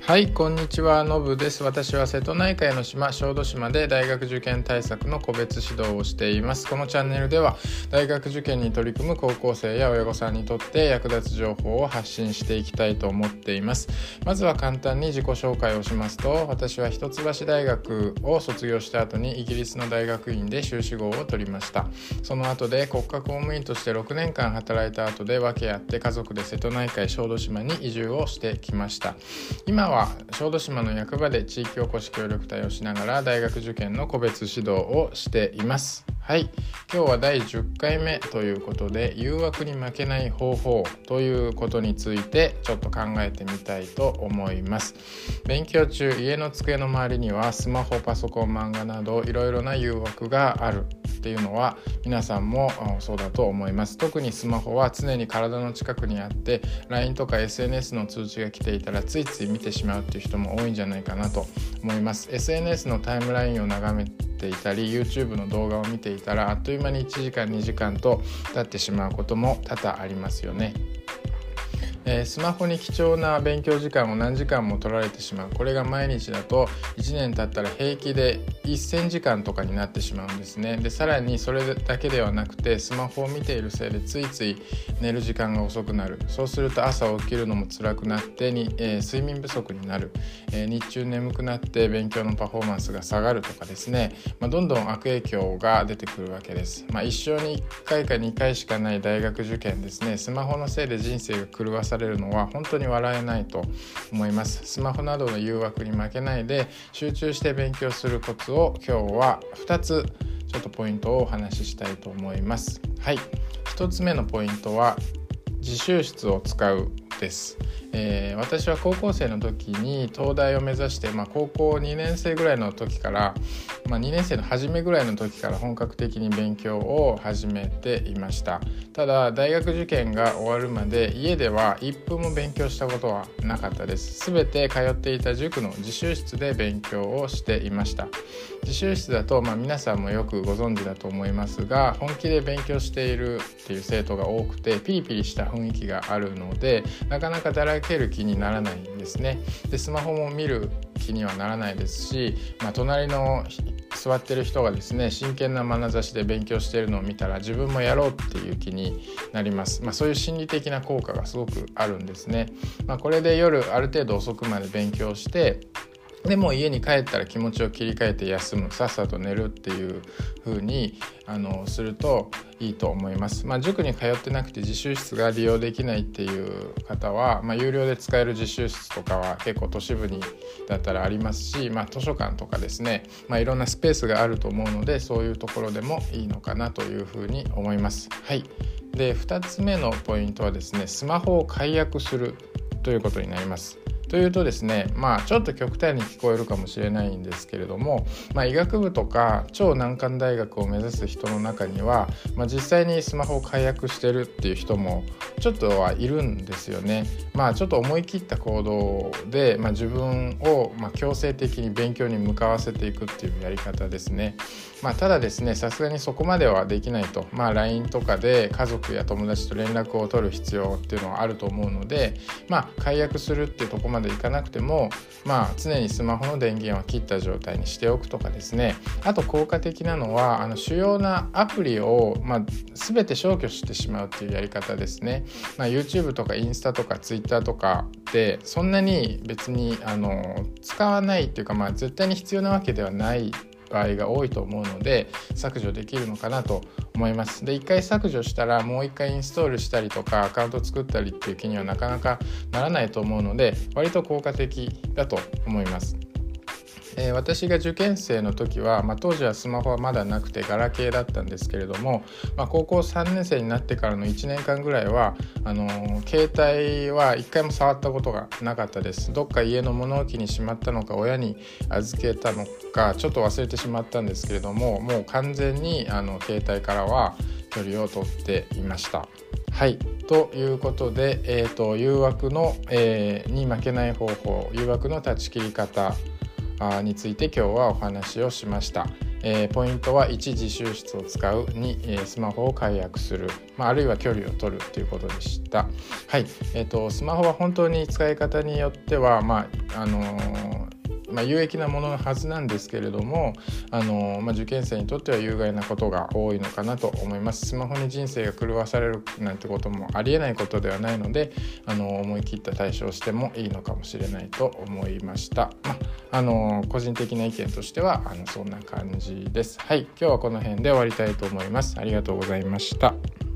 はい、こんにちは、のぶです。私は瀬戸内海の島、小豆島で大学受験対策の個別指導をしています。このチャンネルでは大学受験に取り組む高校生や親御さんにとって役立つ情報を発信していきたいと思っています。まずは簡単に自己紹介をしますと、私は一橋大学を卒業した後にイギリスの大学院で修士号を取りました。その後で国家公務員として6年間働いた後で訳あって家族で瀬戸内海小豆島に移住をしてきました。今は小豆島の役場で地域おこし協力隊をしながら大学受験の個別指導をしています。はい、今日は第10回目ということで、誘惑に負けない方法ということについてちょっと考えてみたいと思います。勉強中、家の机の周りにはスマホ、パソコン、漫画などいろいろな誘惑があるっていうのは皆さんもそうだと思います。特にスマホは常に体の近くにあって LINE とか SNS の通知が来ていたらついつい見てしまうっていう人も多いんじゃないかなと思います。 SNS のタイムラインを眺めていたり YouTube の動画を見ていたらあっという間に1時間2時間と経ってしまうことも多々ありますよね。スマホに貴重な勉強時間を何時間も取られてしまう。これが毎日だと1年経ったら平気で1000時間とかになってしまうんですね。でさらにそれだけではなくてスマホを見ているせいでついつい寝る時間が遅くなる。そうすると朝起きるのも辛くなって睡眠不足になる。日中眠くなって勉強のパフォーマンスが下がるとかですね、どんどん悪影響が出てくるわけです。一生に1回か2回しかない大学受験ですね。スマホのせいで人生が狂わされるのは本当に笑えないと思います。スマホなどの誘惑に負けないで集中して勉強するコツを今日は2つちょっとポイントをお話ししたいと思います。はい、1つ目のポイントは自習室を使うです。私は高校生の時に東大を目指して、高校2年生ぐらいの時から、2年生の初めぐらいの時から本格的に勉強を始めていました。ただ大学受験が終わるまで家では1分も勉強したことはなかったです。すべて通っていた塾の自習室で勉強をしていました。自習室だと、皆さんもよくご存知だと思いますが、本気で勉強しているっていう生徒が多くてピリピリした雰囲気があるのでなかなかだらける気にならないんですね。でスマホも見る気にはならないですし、隣の座ってる人がですね真剣な眼差しで勉強しているのを見たら自分もやろうっていう気になります。そういう心理的な効果がすごくあるんですね。これで夜ある程度遅くまで勉強してでもう家に帰ったら気持ちを切り替えて休む、さっさと寝るっていう風にするといいと思います。塾に通ってなくて自習室が利用できないっていう方は、有料で使える自習室とかは結構都市部にだったらありますし、図書館とかですね、いろんなスペースがあると思うのでそういうところでもいいのかなという風に思います。はい。で2つ目のポイントはですね、スマホを解約するということになります。というとですね、ちょっと極端に聞こえるかもしれないんですけれども、医学部とか超難関大学を目指す人の中には、実際にスマホを解約してるっていう人もちょっとはいるんですよね。ちょっと思い切った行動で、自分を強制的に勉強に向かわせていくっていうやり方ですね。ただですね、さすがにそこまではできないと、LINE とかで家族や友達と連絡を取る必要っていうのはあると思うので、解約するっていうところまでいかなくても、常にスマホの電源は切った状態にしておくとかですね。あと効果的なのは主要なアプリを、全て消去してしまうっていうやり方ですね。YouTube とかインスタとか Twitter とかってそんなに別に使わないっていうか、絶対に必要なわけではない場合が多いと思うので削除できるのかなと思います。で、一回削除したらもう一回インストールしたりとかアカウント作ったりっていう気にはなかなかならないと思うので割と効果的だと思います。私が受験生の時は、当時はスマホはまだなくてガラケーだったんですけれども、高校3年生になってからの1年間ぐらいは携帯は一回も触ったことがなかったです。どっか家の物置にしまったのか親に預けたのかちょっと忘れてしまったんですけれども、もう完全に携帯からは距離を取っていました。はい、ということで、誘惑の、に負けない方法、誘惑の断ち切り方について今日はお話をしました。 ポイントは1、自習室を使う、2、スマホを解約する、あるいは距離を取るということでした。はい、スマホは本当に使い方によっては、有益なもののはずなんですけれども、受験生にとっては有害なことが多いのかなと思います。スマホに人生が狂わされるなんてこともありえないことではないので、思い切った対処をしてもいいのかもしれないと思いました。個人的な意見としてはそんな感じです。はい、今日はこの辺で終わりたいと思います。ありがとうございました。